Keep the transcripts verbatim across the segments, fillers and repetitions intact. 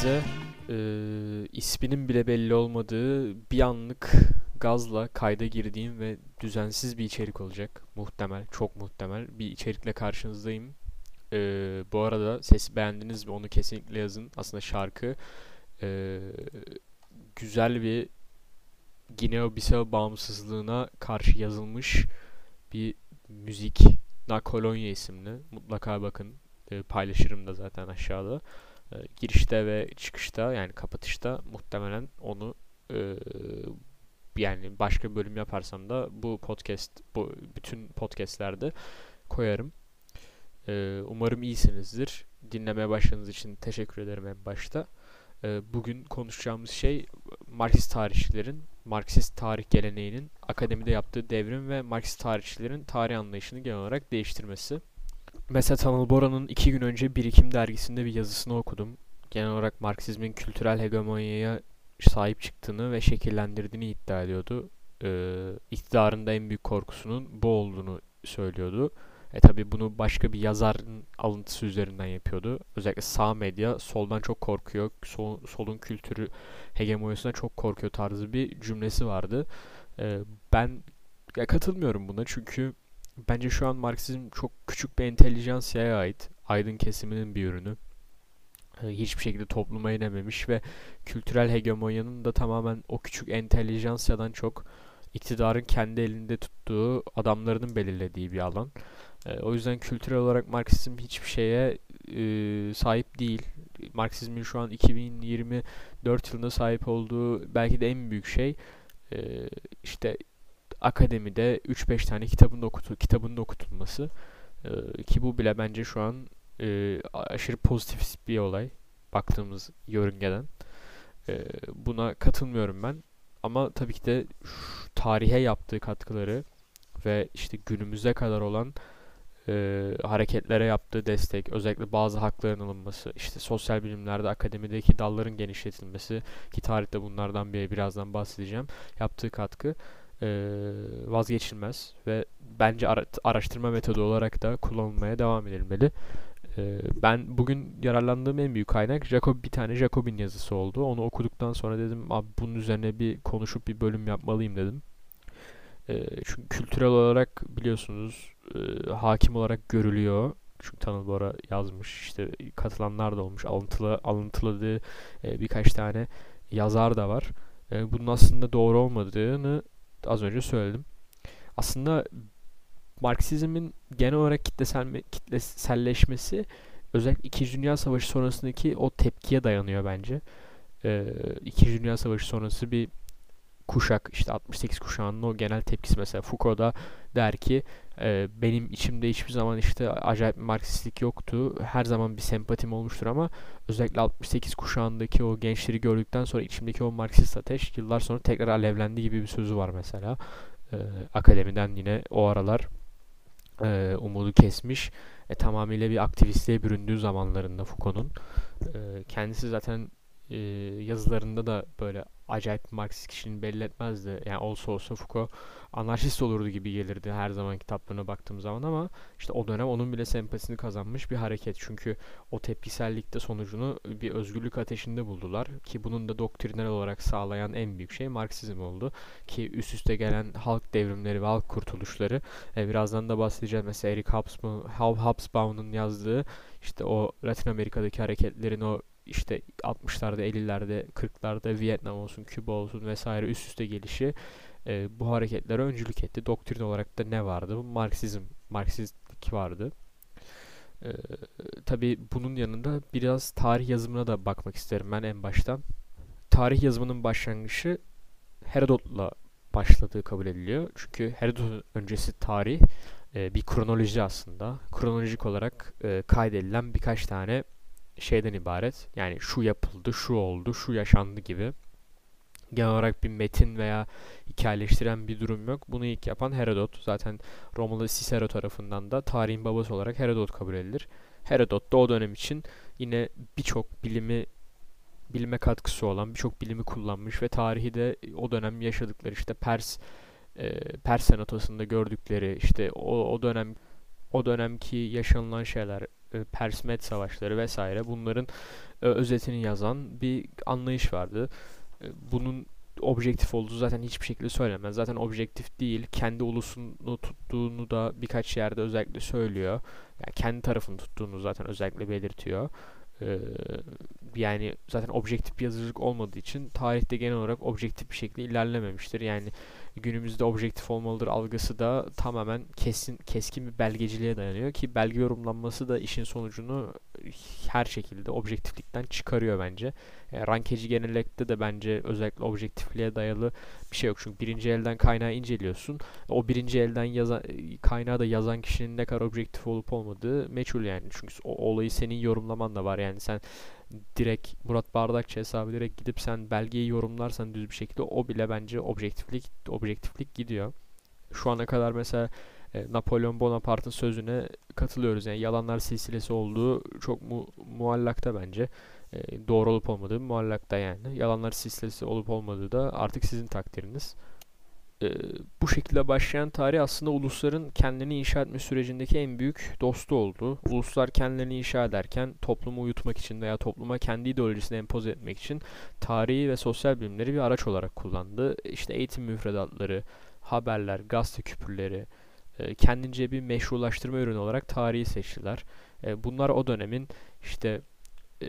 size e, isminin bile belli olmadığı bir anlık gazla kayda girdiğim ve düzensiz bir içerik olacak. Muhtemel, çok muhtemel bir içerikle karşınızdayım. E, bu arada sesi beğendiniz mi onu kesinlikle yazın. Aslında şarkı e, güzel bir Gine-Bissau bağımsızlığına karşı yazılmış bir müzik. Na Colonia isimli. Mutlaka bakın. E, paylaşırım da zaten aşağıda. E, girişte ve çıkışta yani kapatışta muhtemelen onu e, yani başka bir bölüm yaparsam da bu podcast bu bütün podcastlerde koyarım. E, umarım iyisinizdir. Dinlemeye başladığınız için teşekkür ederim en başta. E, bugün konuşacağımız şey Marksist tarihçilerin Marksist tarih geleneğinin akademide yaptığı devrim ve Marksist tarihçilerin tarih anlayışını genel olarak değiştirmesi. Mesela Tanıl Bora'nın iki gün önce Birikim dergisinde bir yazısını okudum. Genel olarak Marksizmin kültürel hegemonyaya sahip çıktığını ve şekillendirdiğini iddia ediyordu. Ee, iktidarın da en büyük korkusunun bu olduğunu söylüyordu. E tabi bunu başka bir yazarın alıntısı üzerinden yapıyordu. Özellikle sağ medya soldan çok korkuyor. Sol, solun kültürü hegemonyasına çok korkuyor tarzı bir cümlesi vardı. Ee, ben ya katılmıyorum buna çünkü bence şu an Marksizm çok küçük bir entelijansiyaya ait. Aydın kesiminin bir ürünü. Ee, Hiçbir şekilde topluma inememiş ve kültürel hegemonyanın da tamamen o küçük entelijansiyadan çok iktidarın kendi elinde tuttuğu adamlarının belirlediği bir alan. Ee, o yüzden kültürel olarak Marksizm hiçbir şeye e, sahip değil. Marksizmin şu an iki bin yirmi dört yılında sahip olduğu belki de en büyük şey e, işte akademide üç beş tane kitabın da okutu kitabın da okutulması. Ee, ki bu bile bence şu an e, aşırı pozitif bir olay baktığımız yörüngeden. Ee, buna katılmıyorum ben. Ama tabii ki de şu tarihe yaptığı katkıları ve işte günümüze kadar olan e, hareketlere yaptığı destek, özellikle bazı hakların alınması, işte sosyal bilimlerde akademideki dalların genişletilmesi ki tarihte bunlardan biri birazdan bahsedeceğim. Yaptığı katkı e, vazgeçilmez ve bence ara- araştırma metodu olarak da kullanılmaya devam edilmeli. E, ben bugün yararlandığım en büyük kaynak Jacob bir tane Jacobin yazısı oldu. Onu okuduktan sonra dedim abi bunun üzerine bir konuşup bir bölüm yapmalıyım dedim. E, çünkü kültürel olarak biliyorsunuz e, hakim olarak görülüyor. Çünkü Tanıl Bora yazmış. İşte katılanlar da olmuş. Alıntılı, alıntıladığı e, birkaç tane yazar da var. E, bunun aslında doğru olmadığını az önce söyledim. Aslında Marksizmin genel olarak kitlesel, kitleselleşmesi özellikle İkinci Dünya Savaşı sonrasındaki o tepkiye dayanıyor bence. E, İkinci Dünya Savaşı sonrası bir kuşak işte altmış sekiz kuşağının o genel tepkisi mesela Foucault da der ki e, benim içimde hiçbir zaman işte acayip bir Marksistlik yoktu. Her zaman bir sempatim olmuştur ama özellikle altmış sekiz kuşağındaki o gençleri gördükten sonra içimdeki o Marksist ateş yıllar sonra tekrar alevlendi gibi bir sözü var mesela. E, akademiden yine o aralar e, umudu kesmiş. E, tamamıyla bir aktivistliğe büründüğü zamanlarında Foucault'un. E, kendisi zaten e, yazılarında da böyle acayip Marksist kişiliğini belli etmezdi. Yani olsa olsa Foucault anarşist olurdu gibi gelirdi her zaman kitaplarına baktığım zaman ama işte o dönem onun bile sempatisini kazanmış bir hareket. Çünkü o tepkisellikte sonucunu bir özgürlük ateşinde buldular ki bunun da doktrinal olarak sağlayan en büyük şey Marksizm oldu. Ki üst üste gelen halk devrimleri ve halk kurtuluşları e, birazdan da bahsedeceğiz. Mesela Eric Hobsbawm, Hobsbawm'un yazdığı işte o Latin Amerika'daki hareketlerin o işte altmışlarda, ellilerde, kırklarda Vietnam olsun, Küba olsun vesaire üst üste gelişi e, bu hareketlere öncülük etti. Doktrin olarak da ne vardı? Marksizm, Marksistlik vardı. E, tabii bunun yanında biraz tarih yazımına da bakmak isterim ben en baştan. Tarih yazımının başlangıcı Herodot'la başladığı kabul ediliyor. Çünkü Herodot öncesi tarih e, bir kronoloji aslında. Kronolojik olarak e, kaydedilen birkaç tane şeyden ibaret. Yani şu yapıldı, şu oldu, şu yaşandı gibi. Genel olarak bir metin veya hikayeleştiren bir durum yok. Bunu ilk yapan Herodot. Zaten Romalı Cicero tarafından da tarihin babası olarak Herodot kabul edilir. Herodot da o dönem için yine birçok bilimi bilime katkısı olan, birçok bilimi kullanmış ve tarihi de o dönem yaşadıkları işte Pers e, Pers senatosunda gördükleri işte o, o dönem o dönemki yaşanılan şeyler e, Pers-Med savaşları vesaire, bunların e, özetini yazan bir anlayış vardı. E, bunun objektif olduğu zaten hiçbir şekilde söylemez. Zaten objektif değil. Kendi ulusunu tuttuğunu da birkaç yerde özellikle söylüyor. Yani kendi tarafını tuttuğunu zaten özellikle belirtiyor. Ee, Yani zaten objektif bir yazıcılık olmadığı için tarihte genel olarak objektif bir şekilde ilerlememiştir. Yani günümüzde objektif olmalıdır algısı da tamamen kesin keskin bir belgeciliğe dayanıyor ki belge yorumlanması da işin sonucunu her şekilde objektiflikten çıkarıyor bence. Yani rankeci genellikle de bence özellikle objektifliğe dayalı bir şey yok. Çünkü birinci elden kaynağı inceliyorsun. O birinci elden yazan, kaynağı da yazan kişinin ne kadar objektif olup olmadığı meçhul yani. Çünkü o olayı senin yorumlaman da var. Yani sen direkt Murat Bardakçı hesabı direkt gidip sen belgeyi yorumlarsan düz bir şekilde o bile bence objektiflik objektiflik gidiyor. Şu ana kadar mesela e, Napolyon Bonaparte'ın sözüne katılıyoruz. Yani yalanlar silsilesi olduğu çok mu muallakta bence. E, doğru olup olmadığı muallakta yani. Yalanlar silsilesi olup olmadığı da artık sizin takdiriniz. E, Bu şekilde başlayan tarih aslında ulusların kendini inşa etme sürecindeki en büyük dostu oldu. Uluslar kendilerini inşa ederken toplumu uyutmak için veya topluma kendi ideolojisini empoze etmek için tarihi ve sosyal bilimleri bir araç olarak kullandı. İşte eğitim müfredatları, haberler, gazete küpürleri, e, kendince bir meşrulaştırma ürünü olarak tarihi seçtiler. E, bunlar o dönemin işte e,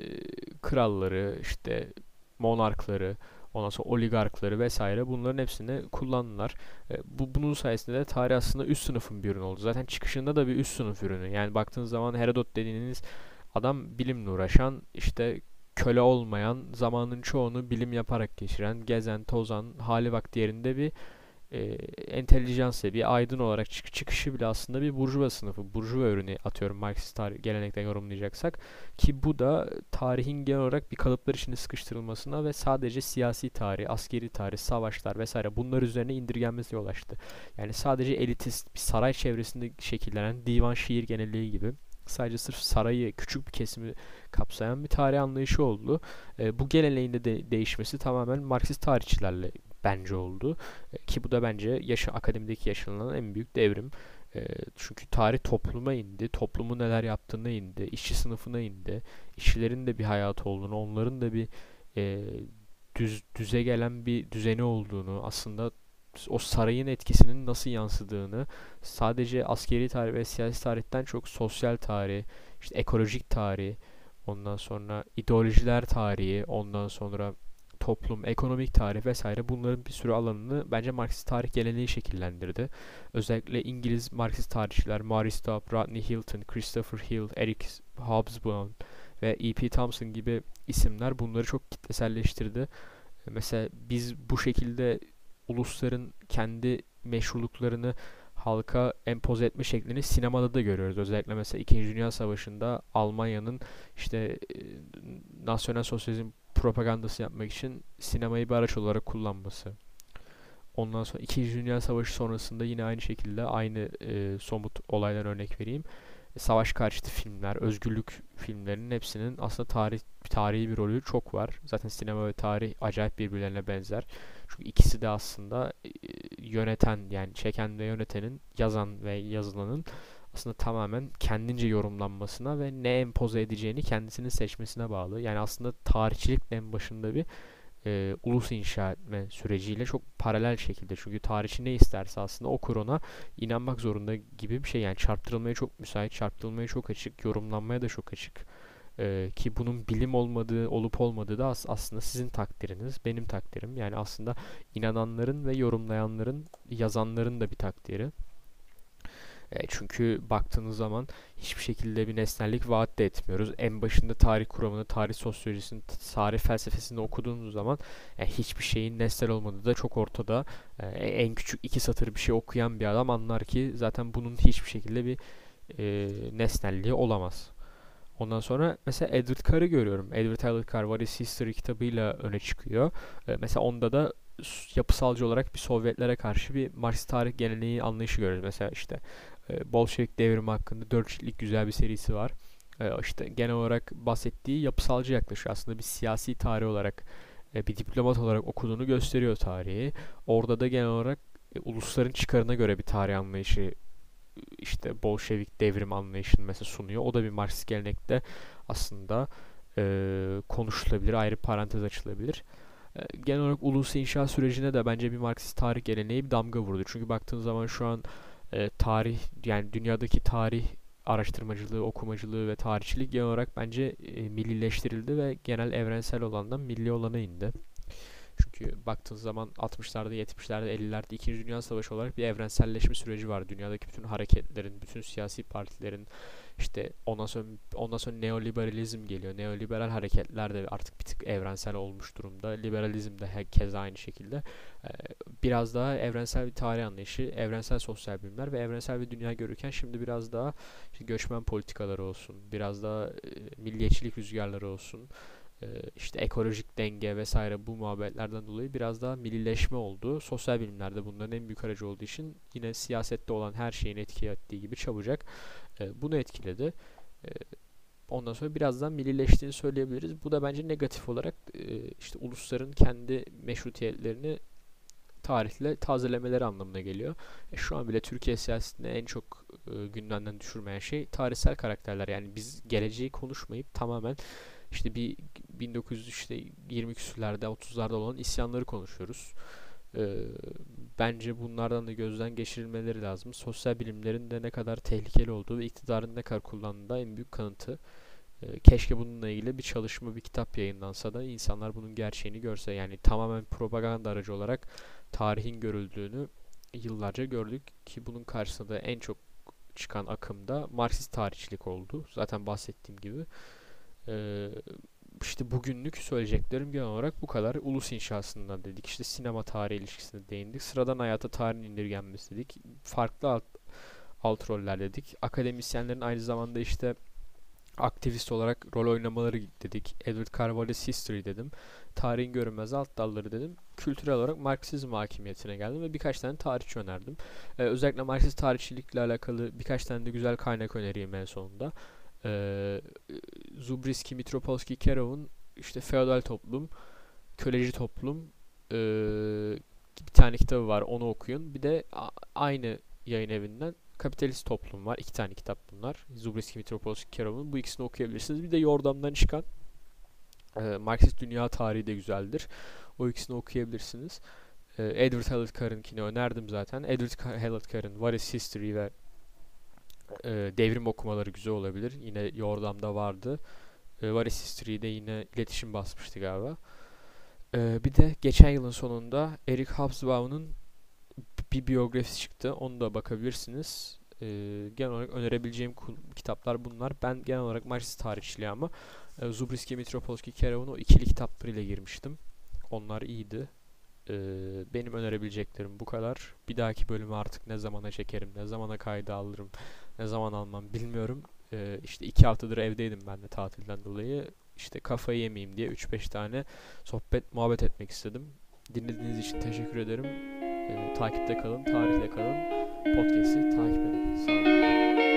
kralları, işte monarkları, ondan sonra oligarkları vesaire, bunların hepsini kullandılar. E, bu bunun sayesinde de tarih aslında üst sınıfın bir ürünü oldu. Zaten çıkışında da bir üst sınıf ürünü. Yani baktığınız zaman Herodot dediğiniz adam bilimle uğraşan, işte köle olmayan, zamanın çoğunu bilim yaparak geçiren, gezen, tozan, hali vakti yerinde bir e, entelijansı, bir aydın olarak çık çıkışı bile aslında bir burjuva sınıfı, burjuva ürünü, atıyorum Marksist tarih, gelenekten yorumlayacaksak. Ki bu da tarihin genel olarak bir kalıplar içinde sıkıştırılmasına ve sadece siyasi tarih, askeri tarih, savaşlar vesaire bunlar üzerine indirgenmesine yol açtı. Yani sadece elitist bir saray çevresinde şekillenen divan şiir genelliği gibi sadece sırf sarayı, küçük bir kesimi kapsayan bir tarih anlayışı oldu. E, bu geleneğin de, de değişmesi tamamen Marksist tarihçilerle bence oldu. E, ki bu da bence yaşı, akademideki yaşanılan en büyük devrim. E, çünkü tarih topluma indi, toplumun neler yaptığına indi, işçi sınıfına indi, işçilerin de bir hayatı olduğunu, onların da bir e, düz düze gelen bir düzeni olduğunu, aslında o sarayın etkisinin nasıl yansıdığını, sadece askeri tarih ve siyasi tarihten çok sosyal tarih, işte ekolojik tarih, ondan sonra ideolojiler tarihi, ondan sonra toplum, ekonomik tarih vesaire, bunların bir sürü alanını bence Marksist tarih geleneği şekillendirdi. Özellikle İngiliz Marksist tarihçiler Maurice Stubb, Rodney Hilton, Christopher Hill, Eric Hobsbawm ve E P Thompson gibi isimler bunları çok kitleselleştirdi. Mesela biz bu şekilde ulusların kendi meşruluklarını halka empoze etme şeklini sinemada da görüyoruz. Özellikle mesela İkinci Dünya Savaşı'nda Almanya'nın işte e, nasyonel sosyalizm propagandası yapmak için sinemayı bir araç olarak kullanması. Ondan sonra İkinci Dünya Savaşı sonrasında yine aynı şekilde aynı e, somut olaylar örnek vereyim. Savaş karşıtı filmler, özgürlük filmlerinin hepsinin aslında tarih tarihi bir rolü çok var. Zaten sinema ve tarih acayip birbirlerine benzer. Çünkü ikisi de aslında e, yöneten, yani çeken ve yönetenin, yazan ve yazılanın aslında tamamen kendince yorumlanmasına ve ne empoze edeceğini kendisinin seçmesine bağlı. Yani aslında tarihçilik en başında bir e, ulus inşa etme süreciyle çok paralel şekilde. Çünkü tarihçi ne isterse aslında okur ona inanmak zorunda gibi bir şey. Yani çarptırılmaya çok müsait, çarptırılmaya çok açık, yorumlanmaya da çok açık. E, ki bunun bilim olmadığı, olup olmadığı da as- aslında sizin takdiriniz, benim takdirim. Yani aslında inananların ve yorumlayanların, yazanların da bir takdiri. E, çünkü baktığınız zaman hiçbir şekilde bir nesnellik vaat de etmiyoruz. En başında tarih kuramını, tarih sosyolojisini, tarih felsefesini okuduğunuz zaman e, hiçbir şeyin nesnel olmadığı da çok ortada. E, en küçük iki satır bir şey okuyan bir adam anlar ki zaten bunun hiçbir şekilde bir e, nesnelliği olamaz. Ondan sonra mesela Edward Carr'ı görüyorum. Edward Howard Carr What is History kitabıyla öne çıkıyor. E, mesela onda da yapısalcı olarak bir Sovyetlere karşı bir Marksist tarih geleneği anlayışı görüyoruz. Mesela işte e, Bolşevik devrimi hakkında dört ciltlik güzel bir serisi var. E, işte genel olarak bahsettiği yapısalcı yaklaşıyor. Aslında bir siyasi tarih olarak, e, bir diplomat olarak okuduğunu gösteriyor tarihi. Orada da genel olarak e, ulusların çıkarına göre bir tarih anlayışı işte Bolşevik devrim anlayışını mesela sunuyor. O da bir Marksist gelenekte aslında e, konuşulabilir, ayrı parantez açılabilir. E, genel olarak ulus inşa sürecine de bence bir Marksist tarih geleneği bir damga vurdu. Çünkü baktığın zaman şu an e, tarih, yani dünyadaki tarih araştırmacılığı, okumacılığı ve tarihçilik genel olarak bence e, millileştirildi ve genel evrensel olandan milli olana indi. Çünkü baktığın zaman altmışlarda, yetmişlerde, ellilerde İkinci Dünya Savaşı olarak bir evrenselleşme süreci var. Dünyadaki bütün hareketlerin, bütün siyasi partilerin, işte ondan sonra ondan sonra neoliberalizm geliyor. Neoliberal hareketler de artık bir tık evrensel olmuş durumda. Liberalizm de keza aynı şekilde. Ee, biraz daha evrensel bir tarih anlayışı, evrensel sosyal bilimler ve evrensel bir dünya görürken şimdi biraz daha işte göçmen politikaları olsun, biraz daha e, milliyetçilik rüzgarları olsun, işte ekolojik denge vesaire bu muhabbetlerden dolayı biraz daha millileşme oldu. Sosyal bilimlerde bunların en büyük aracı olduğu için yine siyasette olan her şeyin etki ettiği gibi çabucak bunu etkiledi. Ondan sonra birazdan millileştiğini söyleyebiliriz. Bu da bence negatif olarak işte ulusların kendi meşrutiyetlerini tarihle tazelemeleri anlamına geliyor. E şu an bile Türkiye siyasetinde en çok e, gündemden düşürmeyen şey tarihsel karakterler. Yani biz geleceği konuşmayıp tamamen işte bir bin dokuz yüz işte yirmi küsürlerde otuzlarda olan isyanları konuşuyoruz. Ee, bence bunlardan da gözden geçirilmeleri lazım. Sosyal bilimlerin de ne kadar tehlikeli olduğu ve iktidarın ne kadar kullandığı da en büyük kanıtı. Ee, keşke bununla ilgili bir çalışma, bir kitap yayınlansa da insanlar bunun gerçeğini görse. Yani tamamen propaganda aracı olarak tarihin görüldüğünü yıllarca gördük ki bunun karşısında da en çok çıkan akımda Marksist tarihçilik oldu. Zaten bahsettiğim gibi. Ee, işte bugünlük söyleyeceklerim genel olarak bu kadar. Ulus inşasından dedik. İşte sinema tarihi ilişkisine değindik. Sıradan hayata tarihin indirgenmesi dedik. Farklı alt, alt roller dedik. Akademisyenlerin aynı zamanda işte aktivist olarak rol oynamaları dedik. Edward Carvalho's History dedim. Tarihin görünmez alt dalları dedim. Kültürel olarak Marksizm hakimiyetine geldim ve birkaç tane tarihçi önerdim. Ee, özellikle Marksist tarihçilikle alakalı birkaç tane de güzel kaynak önereyim en sonunda. Ee, Zubriski, Mitropolski, Kerouac'un işte Feodal Toplum, Köleci Toplum ee, bir tane kitabı var, onu okuyun. Bir de a- aynı yayın evinden Kapitalist Toplum var. İki tane kitap bunlar. Zubriski, Mitropolski, Kerouac'un. Bu ikisini okuyabilirsiniz. Bir de Yordam'dan çıkan e, Marksist Dünya Tarihi de güzeldir. O ikisini okuyabilirsiniz. E, Edward Hallett Carr'ınkini önerdim zaten. Edward Hallett Carr'ın What is History ve e, devrim okumaları güzel olabilir. Yine Yordam'da vardı. E, What is History'de yine iletişim basmıştı galiba. E, bir de geçen yılın sonunda Eric Hobsbawm'ın bir biyografisi çıktı. Onu da bakabilirsiniz. E, genel olarak önerebileceğim kitaplar bunlar. Ben genel olarak Marksist tarihçiliği ama e, Zubriski, Mitropolski, Kerouac'un o ikili kitaplarıyla girmiştim. Onlar iyiydi. E, benim önerebileceklerim bu kadar. Bir dahaki bölümü artık ne zamana çekerim, ne zamana kayda alırım, ne zaman almam bilmiyorum. Ee, işte iki haftadır evdeydim ben de tatilden dolayı. İşte kafayı yemeyeyim diye üç beş tane sohbet, muhabbet etmek istedim. Dinlediğiniz için teşekkür ederim. Ee, takipte kalın, tarihle kalın. Podcast'i takip edin. Sağ olun.